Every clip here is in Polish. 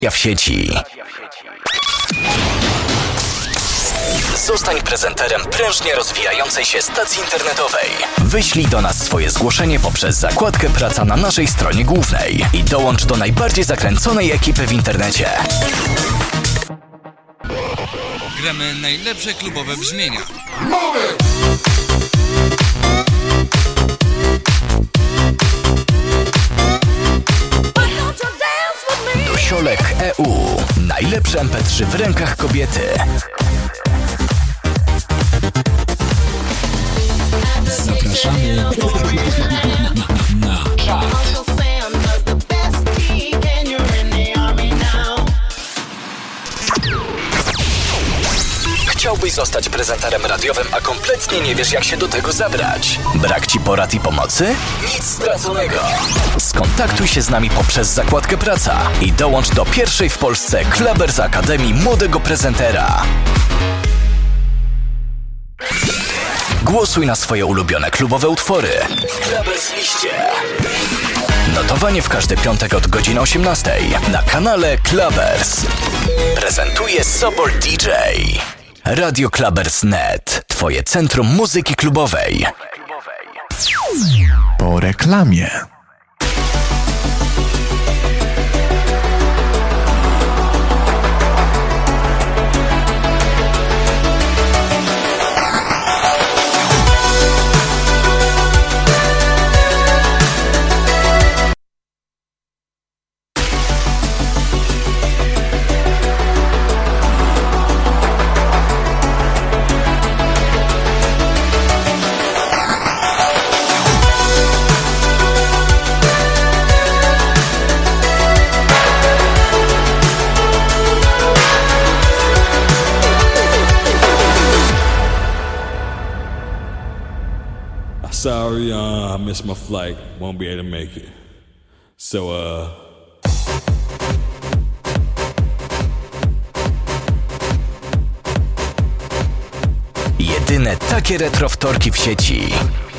w sieci. Zostań prezenterem prężnie rozwijającej się stacji internetowej. Wyślij do nas swoje zgłoszenie poprzez zakładkę Praca na naszej stronie głównej i dołącz do najbardziej zakręconej ekipy w internecie. Gramy najlepsze klubowe brzmienia. Dosiolek EU. Najlepsze MP3 w rękach kobiety. Zapraszamy na czat. Chciałbyś zostać prezenterem radiowym, a kompletnie nie wiesz, jak się do tego zabrać? Brak ci porad i pomocy? Nic straconego! Skontaktuj się z nami poprzez zakładkę Praca i dołącz do pierwszej w Polsce Clubbers Akademii Młodego Prezentera. Głosuj na swoje ulubione klubowe utwory w Clubbers liście. Notowanie w każdy piątek od godziny 18 na kanale Clubbers. Prezentuje Sobol DJ. Radio Clubbers.net. Twoje centrum muzyki klubowej. Po reklamie. Sorry, I missed my flight. Won't be able to make it. So, Jedyne takie retro wtorki w sieci.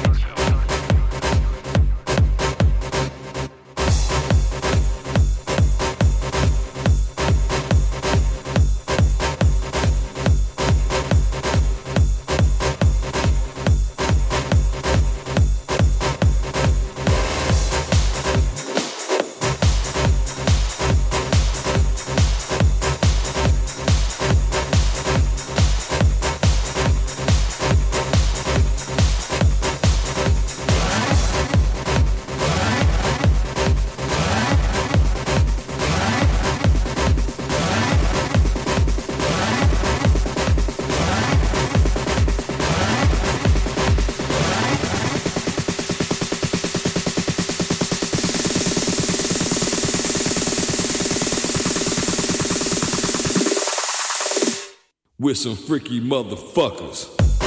we're some freaky motherfuckers.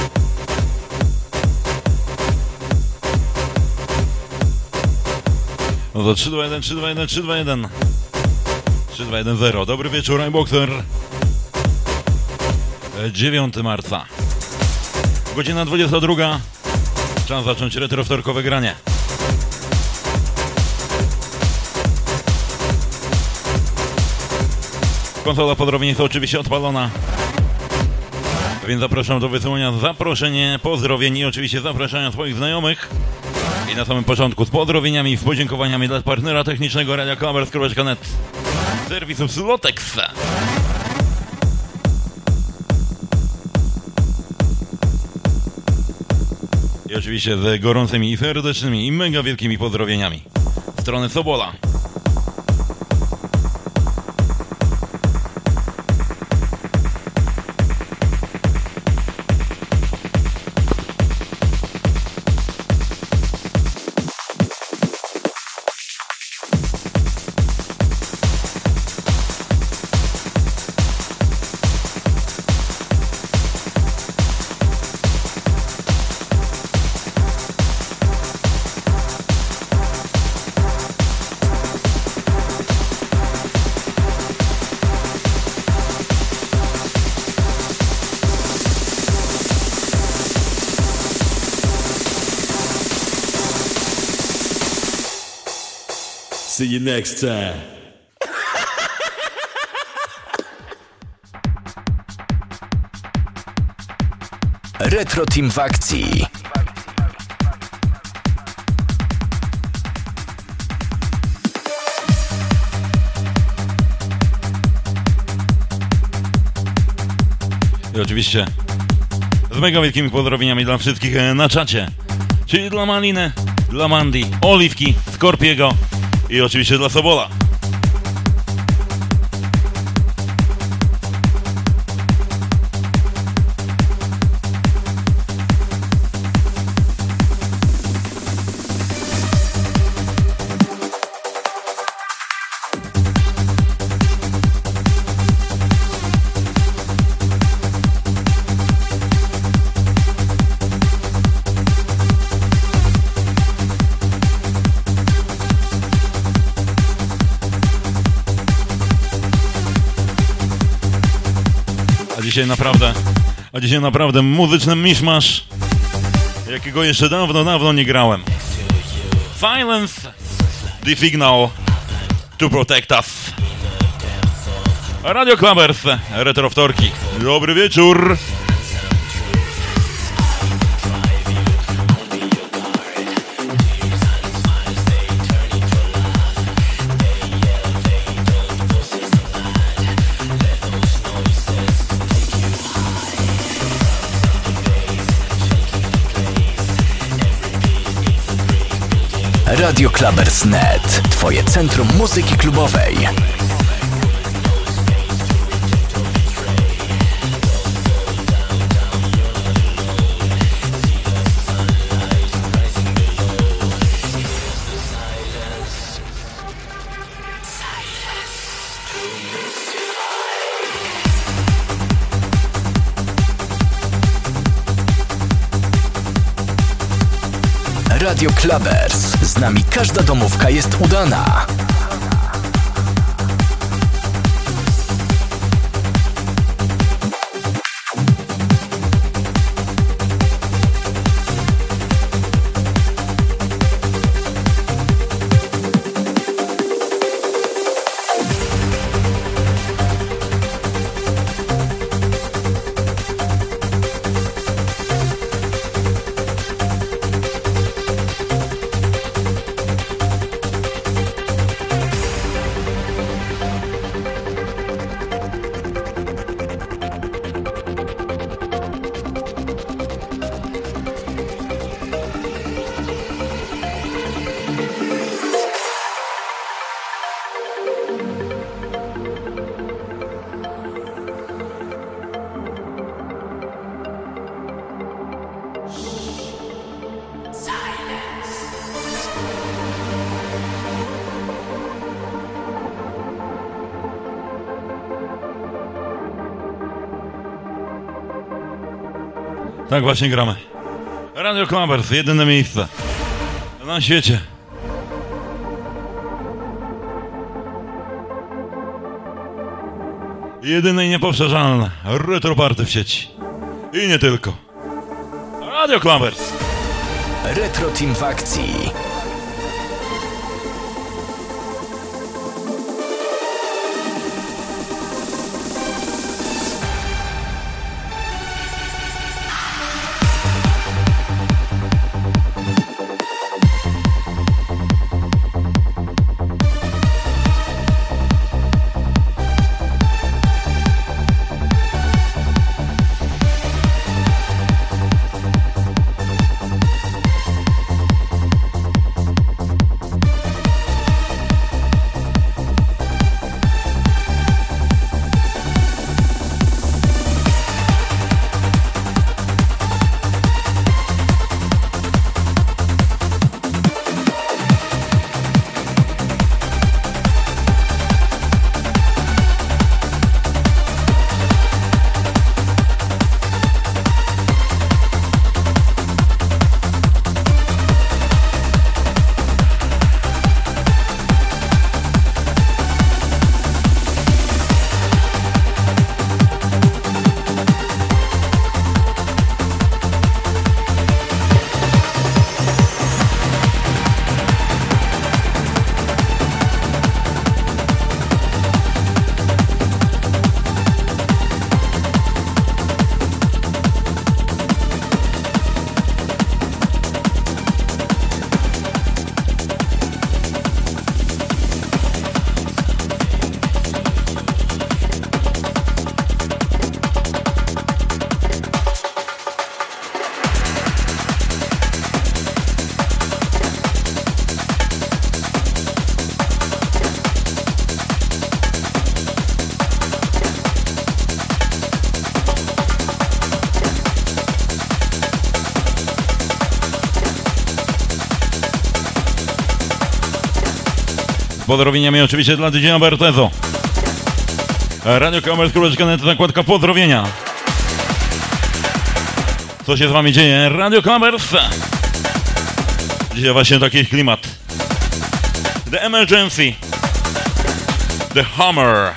No to 3-2-1, 3-2-1, 3-2-1. 3-2-1-0. Dobry wieczór, iBoxer. 9 marca. Godzina 22. Czas zacząć retrowtorkowe granie. Konsola pozdrowień jest oczywiście odpalona. Więc zapraszam do wysyłania zaproszenie, pozdrowień i oczywiście zapraszania swoich znajomych. I na samym początku z pozdrowieniami i z podziękowaniami dla partnera technicznego Radia Clubbers.net, serwisu Slotex. I oczywiście z gorącymi i serdecznymi i mega wielkimi pozdrowieniami z strony Sobola. See you next time. Retro Team w akcji. I oczywiście z mega wielkimi pozdrowieniami dla wszystkich na czacie. Czyli dla Maliny, dla Mandy, Oliwki, Skorpiego i oczywiście dla Sobola. A dzisiaj naprawdę muzyczny miszmasz, jakiego jeszcze dawno nie grałem. Silence, the signal to protect us. Radio Clubbers, Retro Wtorki. Dobry wieczór. Radio Clubbers.net, twoje centrum muzyki klubowej. Radio Clubbers. Z nami każda domówka jest udana. Tak właśnie gramy. Radio Clubbers, jedyne miejsce na świecie. Jedyne i niepowtarzalne retro party w sieci. I nie tylko. Radio Clubbers. Retro Team w akcji. pozdrowieniami oczywiście dla DJ Bertezo. Radio Klubers.net, nakładka pozdrowienia. Co się z wami dzieje? Radio Klubers. Dzisiaj właśnie taki klimat. The Emergency. The Hammer.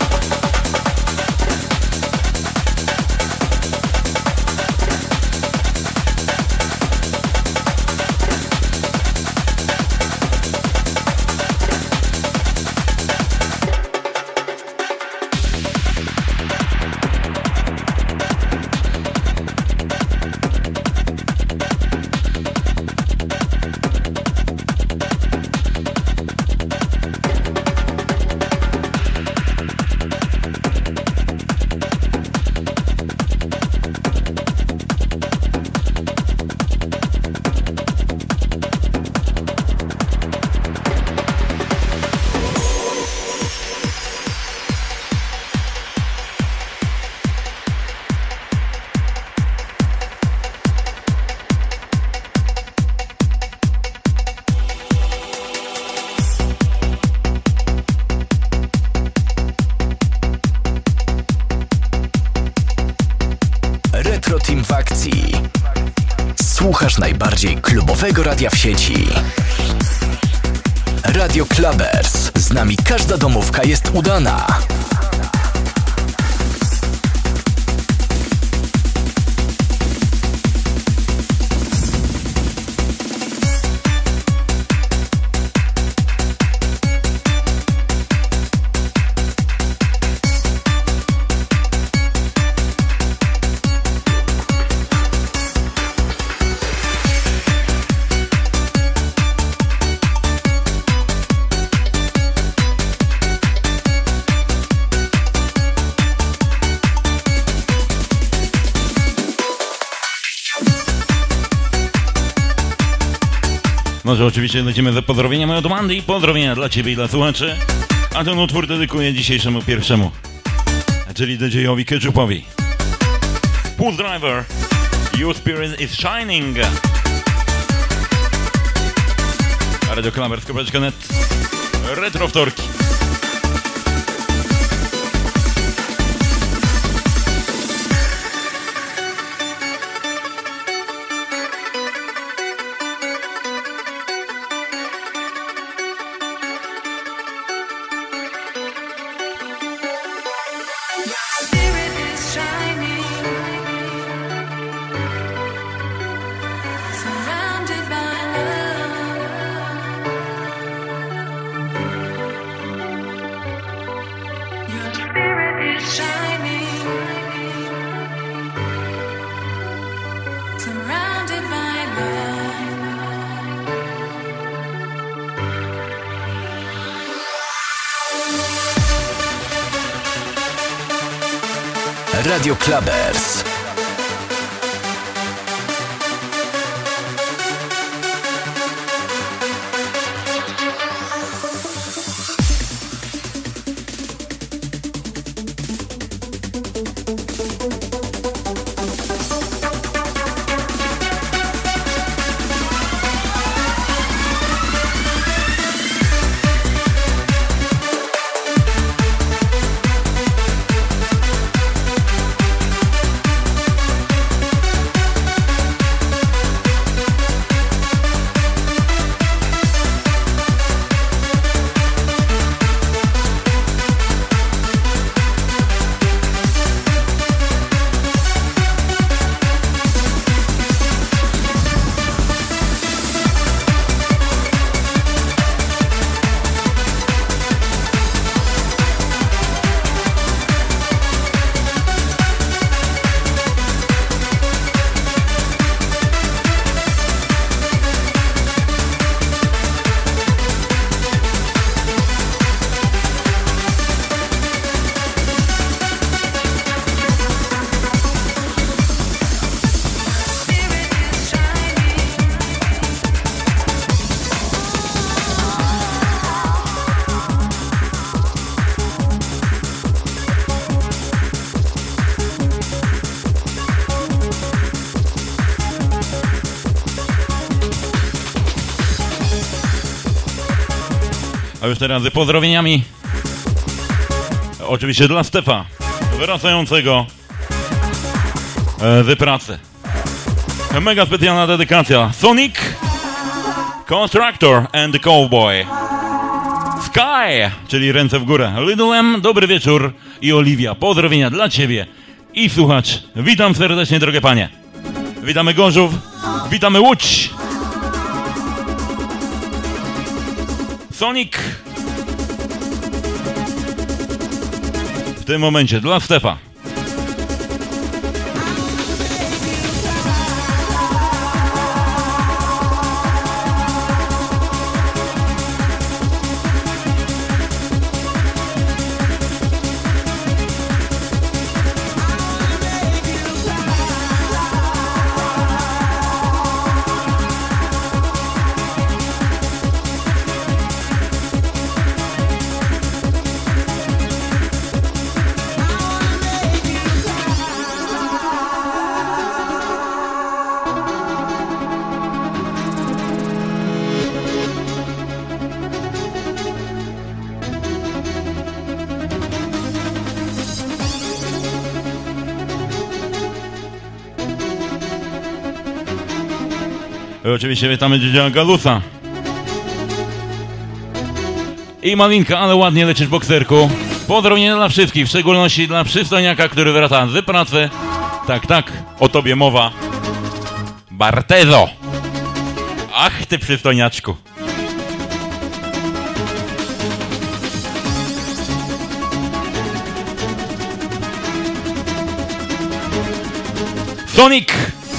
Retro Team w akcji. Słuchasz najbardziej klubowego radia w sieci. Radio Klubers. Z nami każda domówka jest udana. No, że oczywiście lecimy ze pozdrowieniami od Mandy i pozdrowienia dla ciebie i dla słuchaczy. A ten utwór dedykuję dzisiejszemu pierwszemu, czyli DJ-owi Ketchupowi. Pulse Driver, Your Spirit is Shining. Radio Klubers.net, Retro Wtorki. Radio Klubers. już teraz z pozdrowieniami. Oczywiście dla Stefa, wracającego z pracy. Mega specjalna dedykacja. Sonic, Constructor and the Cowboy. Sky, czyli ręce w górę. Little M, dobry wieczór. I Oliwia, pozdrowienia dla ciebie. I słuchacz, witam serdecznie, drogie panie. Witamy Gorzów, witamy Łódź. Sonic. W tym momencie dla Stefa. I oczywiście witamy dziedziela Galusa. I Malinka, ale ładnie lecisz, bokserku. Pozdrowienia dla wszystkich, w szczególności dla przystojniaka, który wraca z pracy. Tak, tak, o tobie mowa. Bartezo. Ach, ty przystojniaczku. Sonic.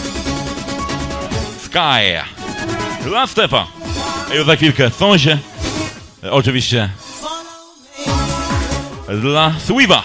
Sky. Dla Stefa. I już za chwilkę sąsie. Oczywiście dla Swiva.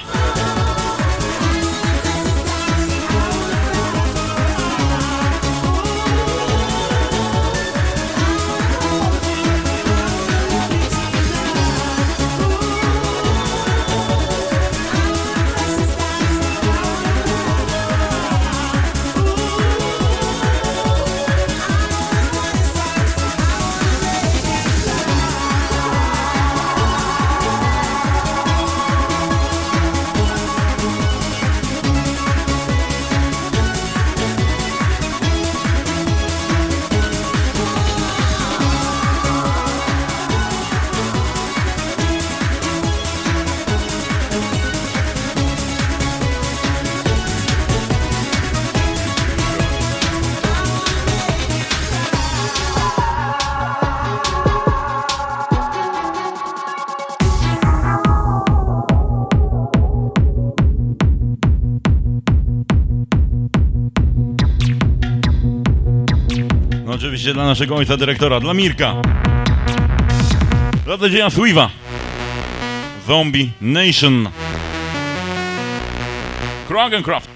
Oczywiście dla naszego ojca dyrektora, dla Mirka, dla dziedziela Swiva, Zombie Nation, Kragencraft.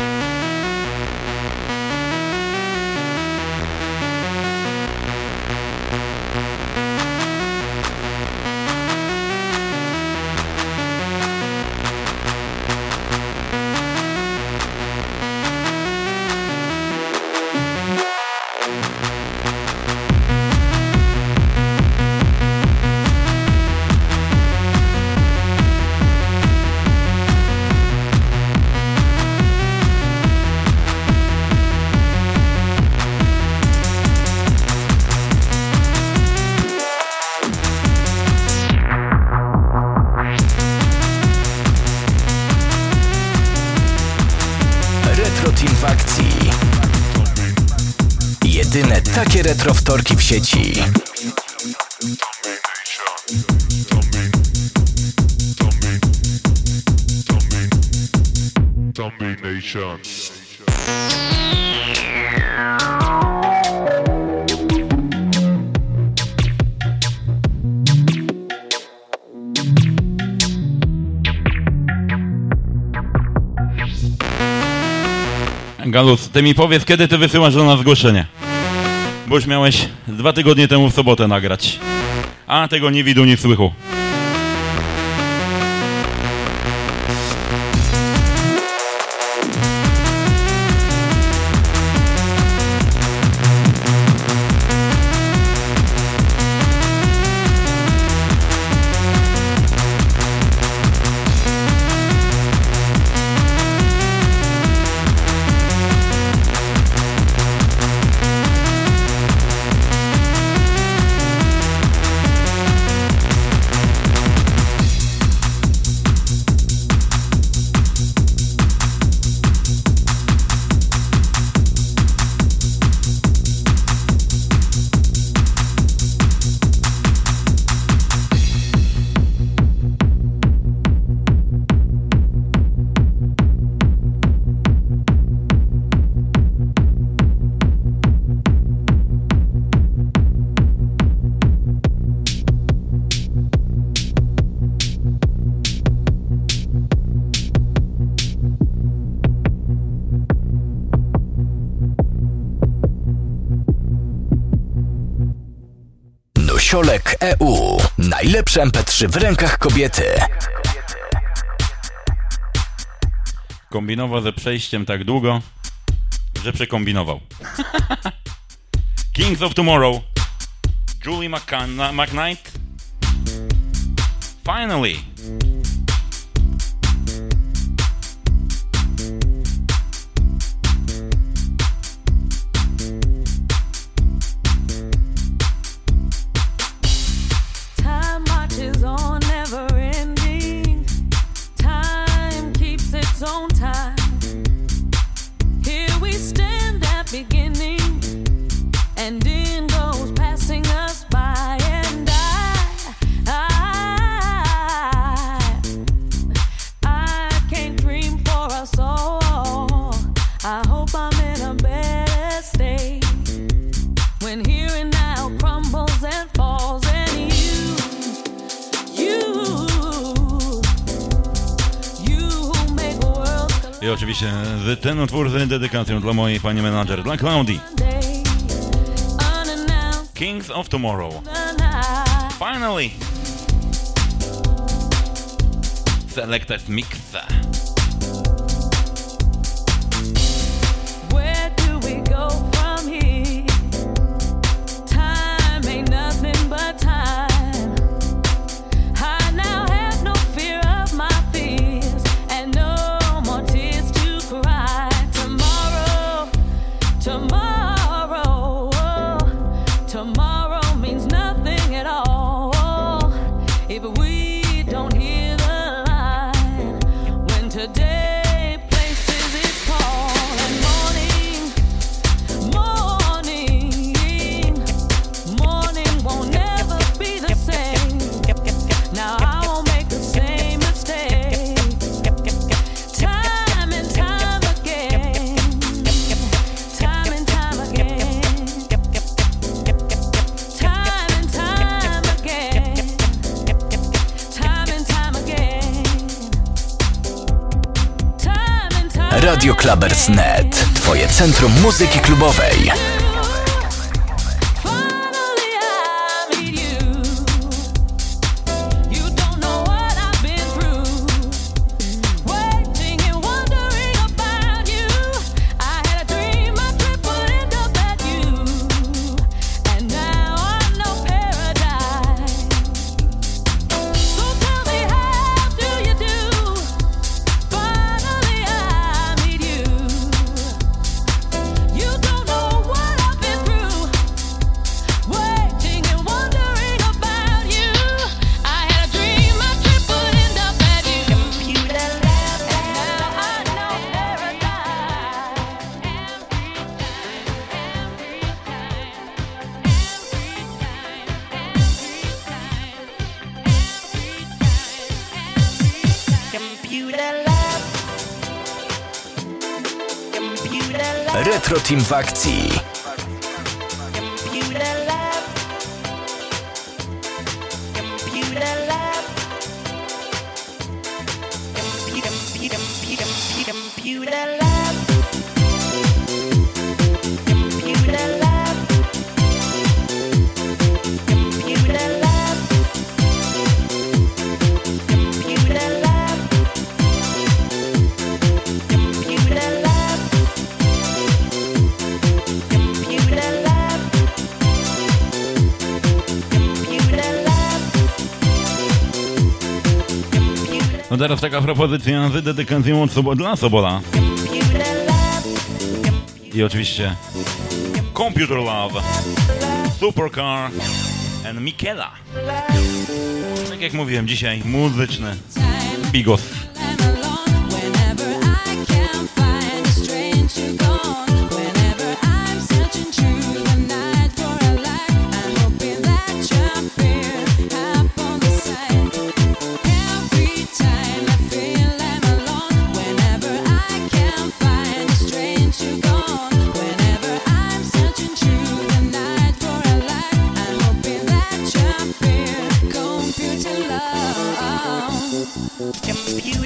Jedyne takie retro wtorki w sieci. Zombie Nation. Galus, ty mi powiedz, kiedy ty wysyłasz do nas zgłoszenie? Bo już miałeś 2 tygodnie temu w sobotę nagrać. A tego nie widu, nie słychu. Ciolek EU. Najlepsze MP3 w rękach kobiety. Kombinował ze przejściem tak długo, że przekombinował. Kings of Tomorrow. Julie McKnight. Finally. I oczywiście ten utwór z dedykacją dla mojej pani menadżer, dla Claudii. Kings of Tomorrow. Finally. Selected mix. Radio Clubbers.net. Twoje centrum muzyki klubowej. Retro Team w akcji. No teraz taka propozycja z dedykacją dla Sobola. I oczywiście Computer Love, Supercar and Michaela. Tak jak mówiłem, dzisiaj muzyczny bigos. Computer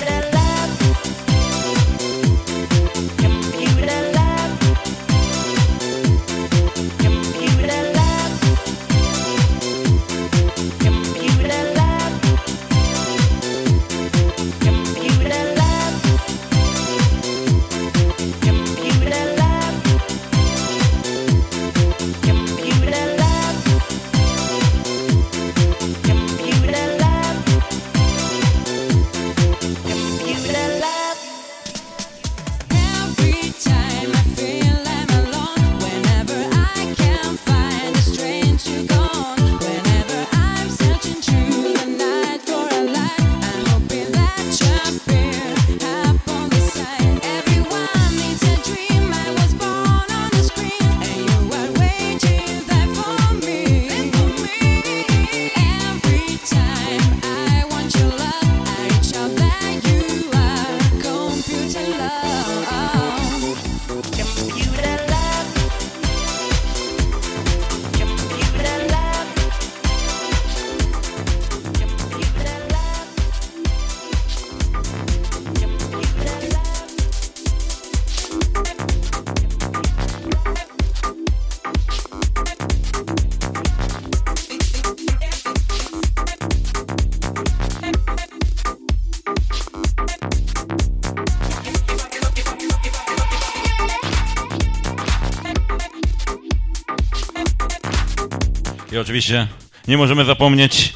I oczywiście nie możemy zapomnieć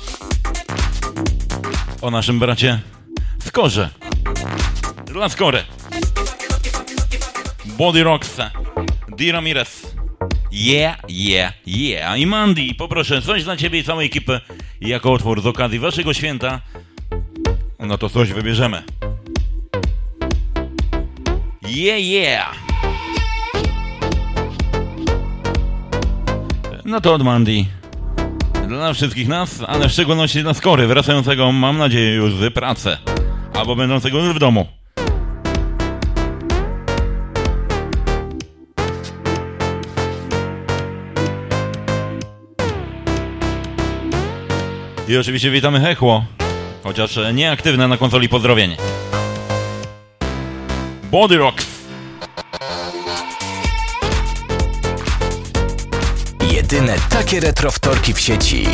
o naszym bracie Skorze. Dla Skory. Body Rocks, Di Ramirez. Yeah, yeah, yeah. I Mandy, poproszę, coś dla ciebie i całej ekipy jako utwór z okazji waszego święta. No to coś wybierzemy. Yeah, yeah. No to od Mandy. Dla wszystkich nas, ale w szczególności dla Skory, wracającego, mam nadzieję, już z pracy. Albo będącego już w domu. I oczywiście witamy Hechło, chociaż nieaktywne na konsoli pozdrowienie. Body Rocks. Jedyne takie retro wtorki w sieci.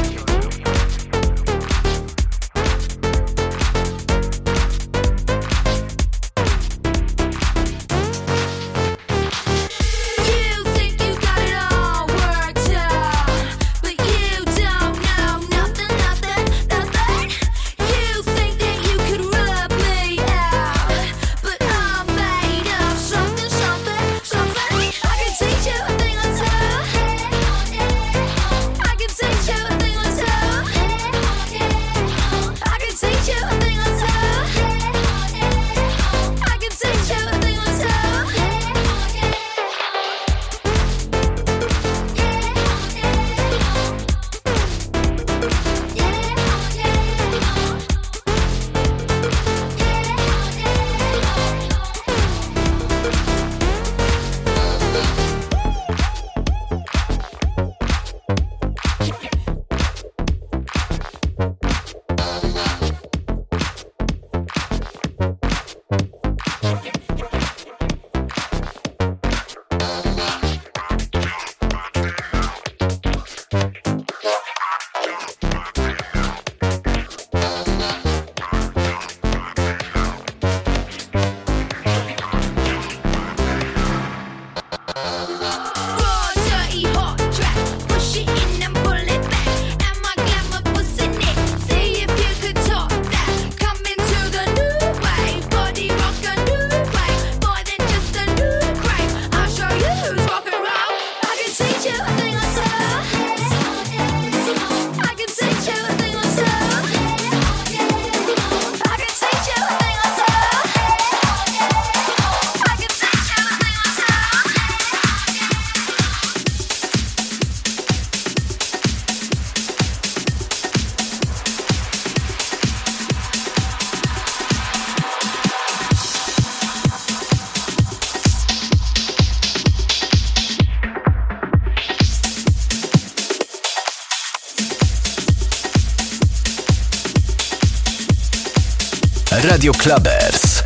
Radio Clubbers.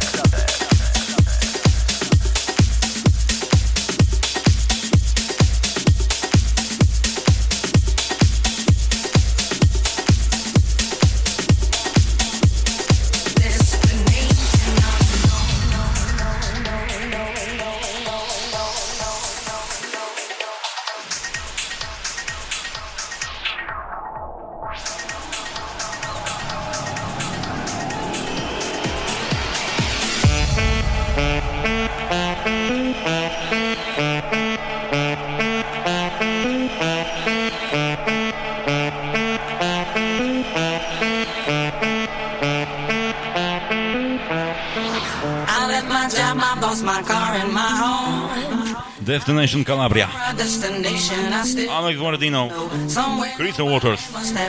Destination Calabria. Alex Guardino. Crystal Waters.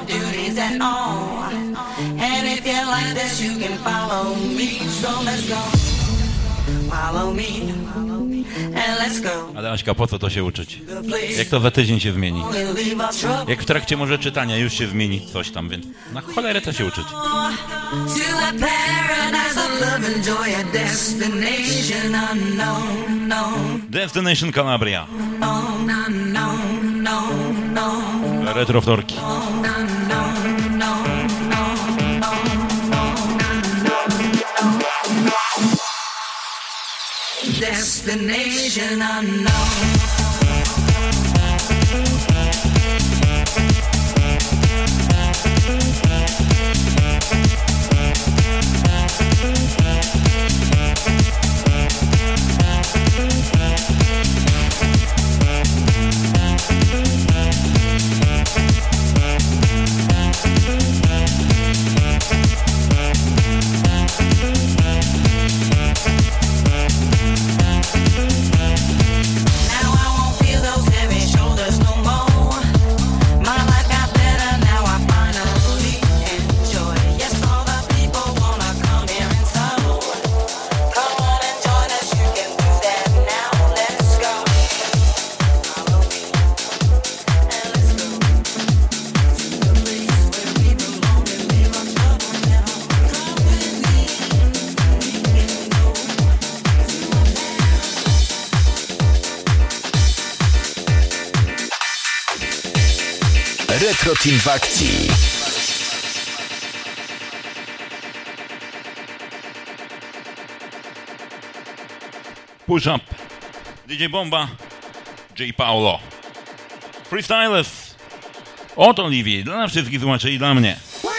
And if you like this, you can follow me. So let's go. Follow me. And let's go. Ale Aśka, po co to się uczyć? Jak to za tydzień się zmieni? Jak w trakcie może czytania już się zmieni coś tam, więc na cholerę to się uczyć. Destination Calabria. Retro wtorki. Destination unknown. Retro Team w akcji. Push Up, DJ Bomba, J. Paulo, Freestylers, od Oliwii, dla wszystkich słuchaczy i dla mnie.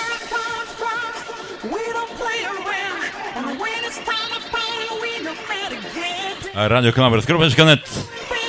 Radio Klabers.net.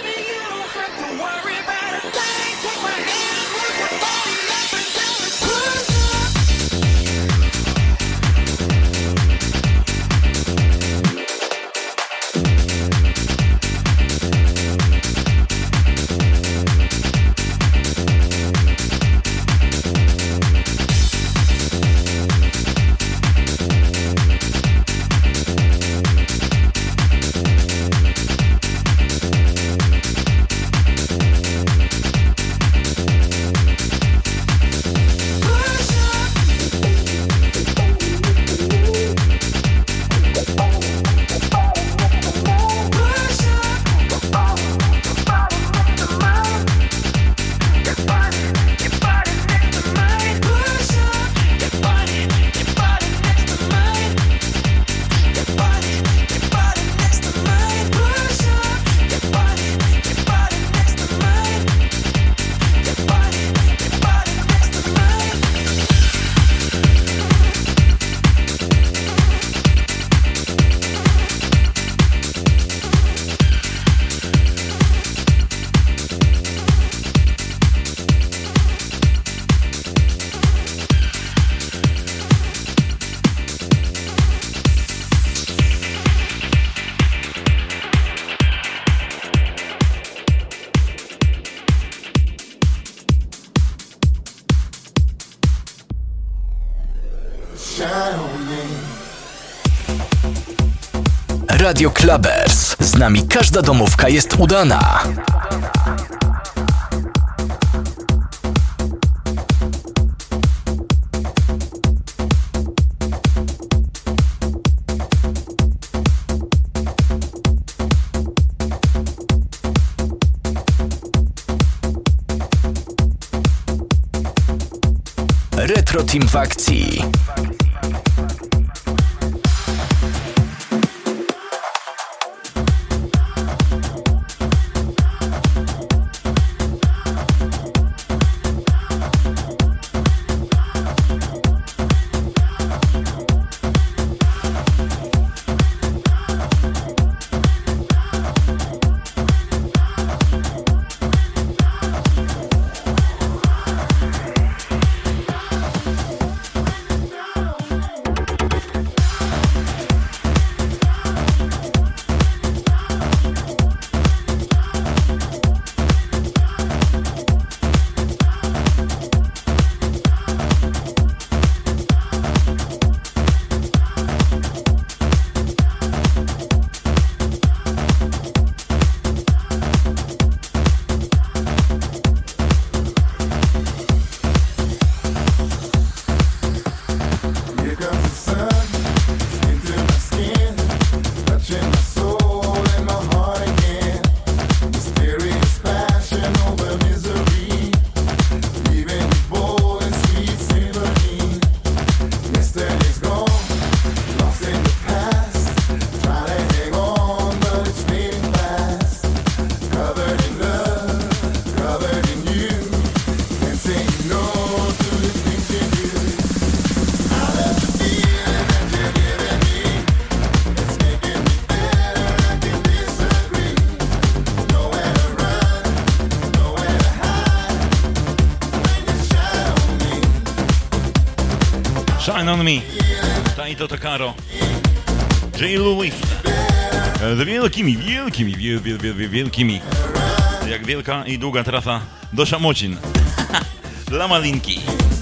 Radio Klabers. Z nami każda domówka jest udana. Retro Team w akcji. Shine on Me. Taito Takaro. J. Lewis. Z wielkimi. Jak wielka i długa trasa do Szamocin. Dla Malinki.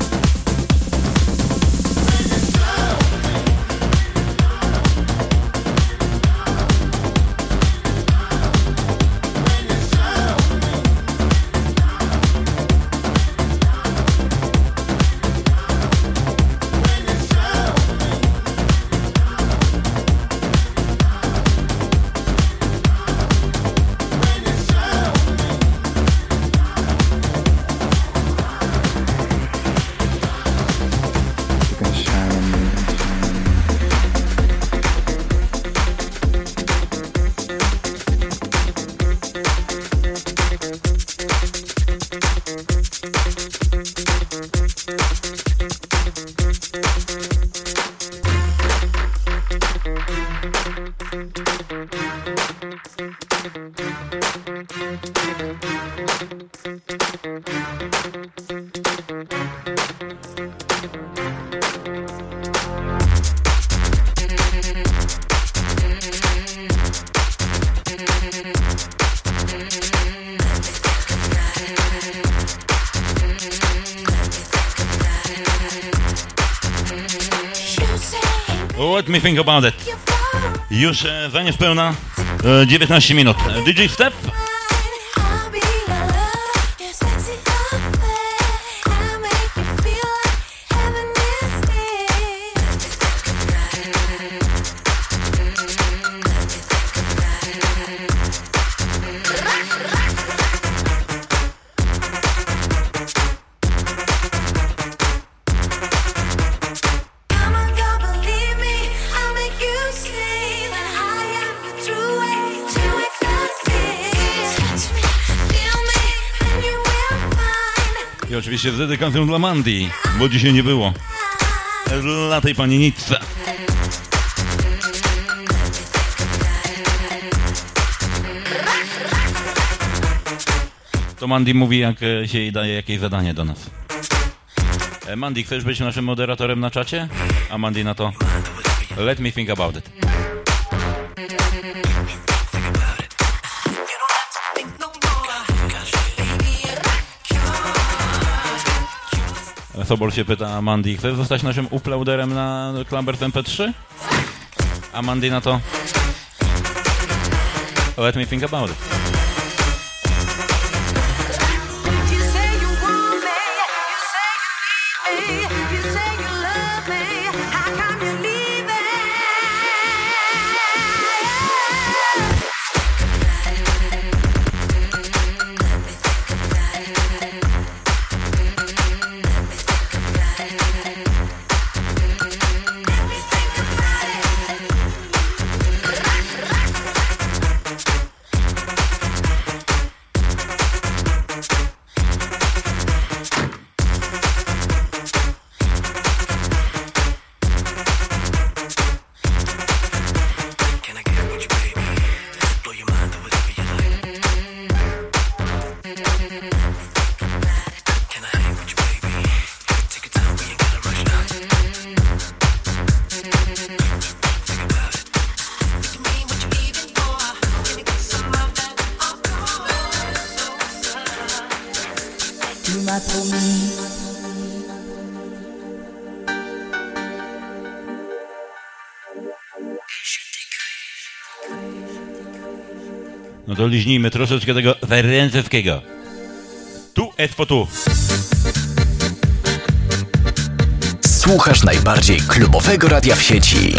Let me think about it. Już za niespełna 19 minut. DJ Step. I oczywiście z dedykacją dla Mandy, bo dzisiaj nie było. Dla tej panienicy. To Mandy mówi, jak się jej daje jakieś zadanie do nas. Mandy, chcesz być naszym moderatorem na czacie? A Mandy na to: let me think about it. Sobol się pyta Mandy: chcesz zostać naszym uploaderem na Clubbers MP3? A Mandy na to: let me think about it. No to liźnijmy troszeczkę tego Ferencewskiego. Tu jest po tu. Słuchasz najbardziej klubowego radia w sieci.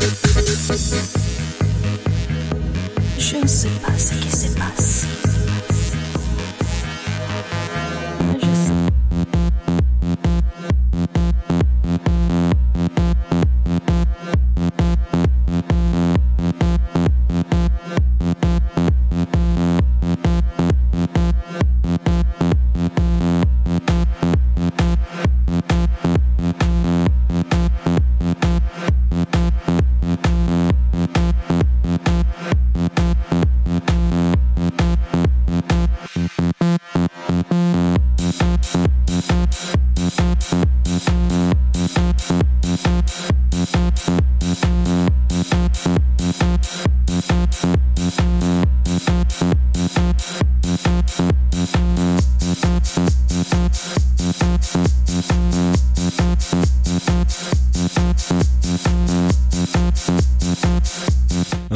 Je ne sais pas ce qui se passe.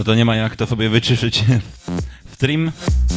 to nie ma jak to sobie wyciszyć w stream.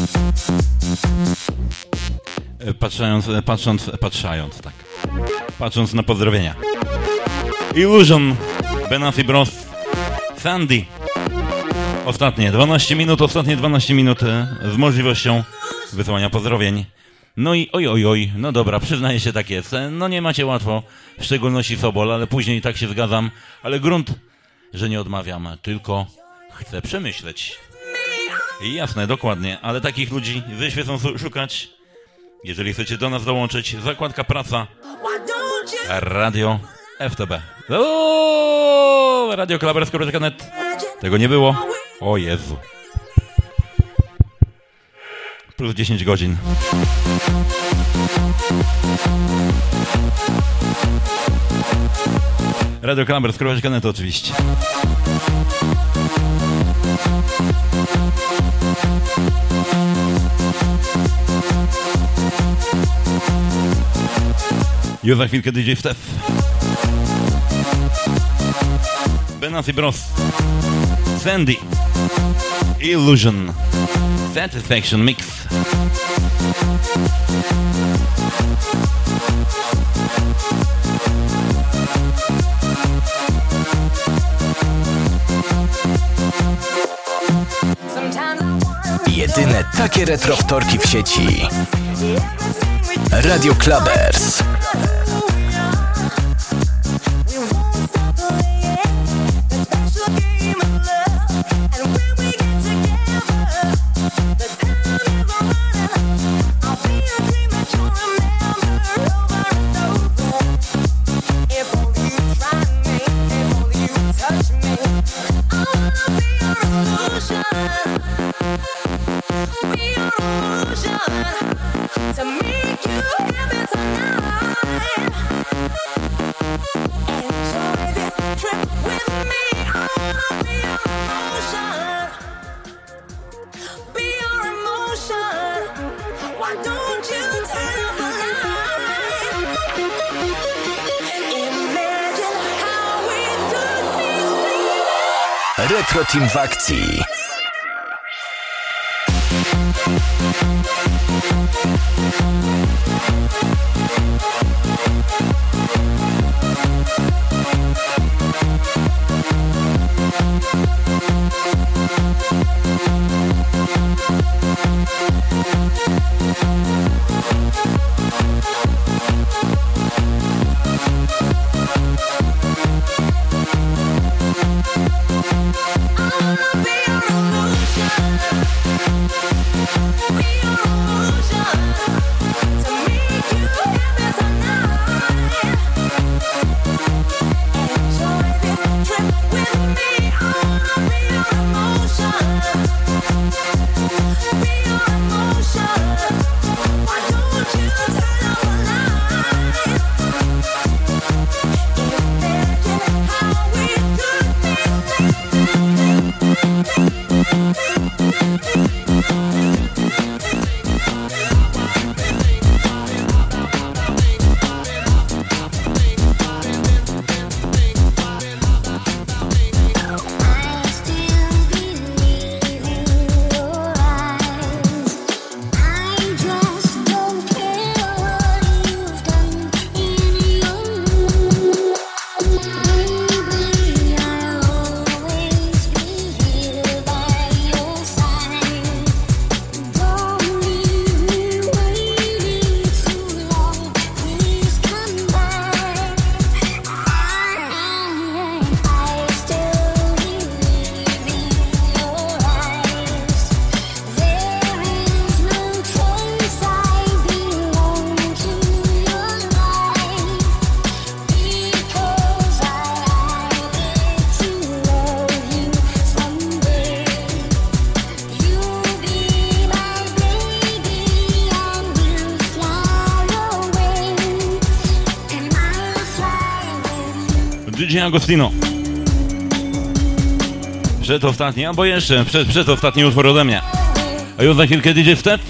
Patrząc na pozdrowienia. Illusion, Benassi Bros, Sandy. Ostatnie 12 minut z możliwością wysłania pozdrowień. No i oj, no dobra, przyznaję się, tak jest. No nie macie łatwo, w szczególności Sobol, ale później tak się zgadzam. Ale grunt, że nie odmawiam, tylko chcę przemyśleć. Jasne, dokładnie, ale takich ludzi ze świecą szukać. Jeżeli chcecie do nas dołączyć, zakładka praca, radio FTB. Radio Klabers.net. Tego nie było. O Jezu. Plus 10 godzin. Radio Klabers.net oczywiście. Już za chwilkę DJ Steph. Benassi Bros, Sandy, Illusion, Satisfaction Mix. Jedyne takie retro wtorki w sieci. Radio Klabers. To make you happy tonight. Enjoy this trip with me. I wanna be your emotion. Be your emotion. Why don't you turn off the light? Imagine how we could be. Retro Team w akcji. DJ Agostino. Przedostatni, albo jeszcze przedostatni utwór ode mnie. A już za chwilkę DJ Steph.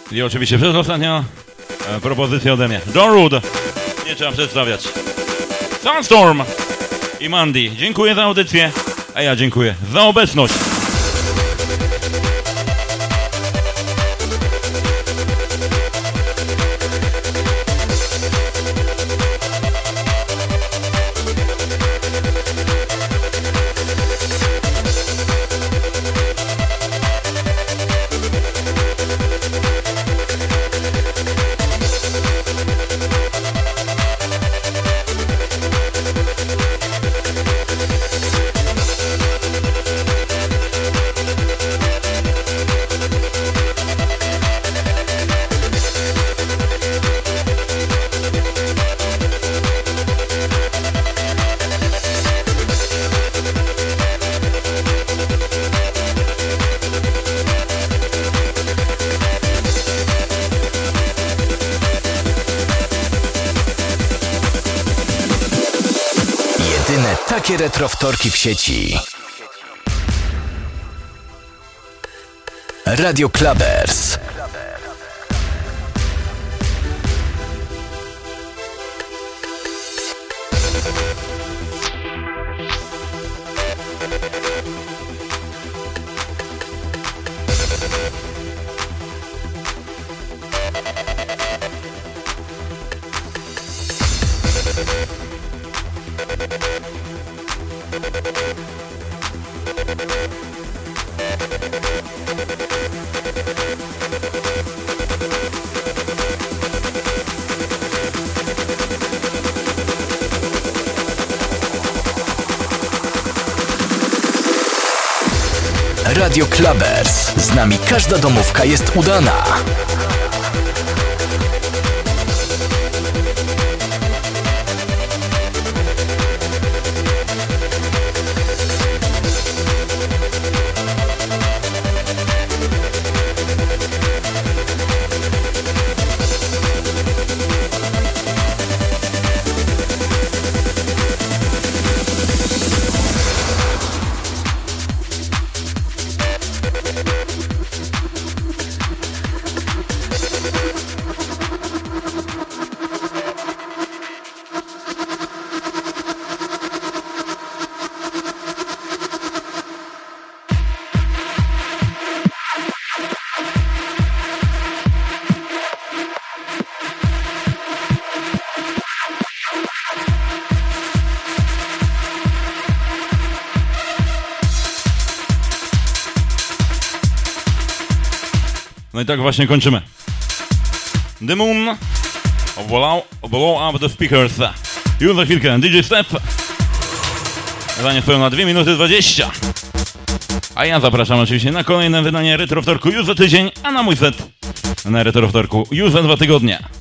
I oczywiście przedostatnia propozycja ode mnie. John Rood. Nie trzeba przedstawiać. Sunstorm i Mandy. Dziękuję za audycję, a ja dziękuję za obecność. Takie retrowtorki w sieci. Radio Clubbers. Radio Clubbers. Z nami każda domówka jest udana. No i tak właśnie kończymy. The Moon, blow up the speakers. Już za chwilkę DJ Step. Zadanie stoją na 2 minuty 20. A ja zapraszam oczywiście na kolejne wydanie Retro Wtorku już za tydzień, a na mój set na Retro Wtorku już za 2 tygodnie.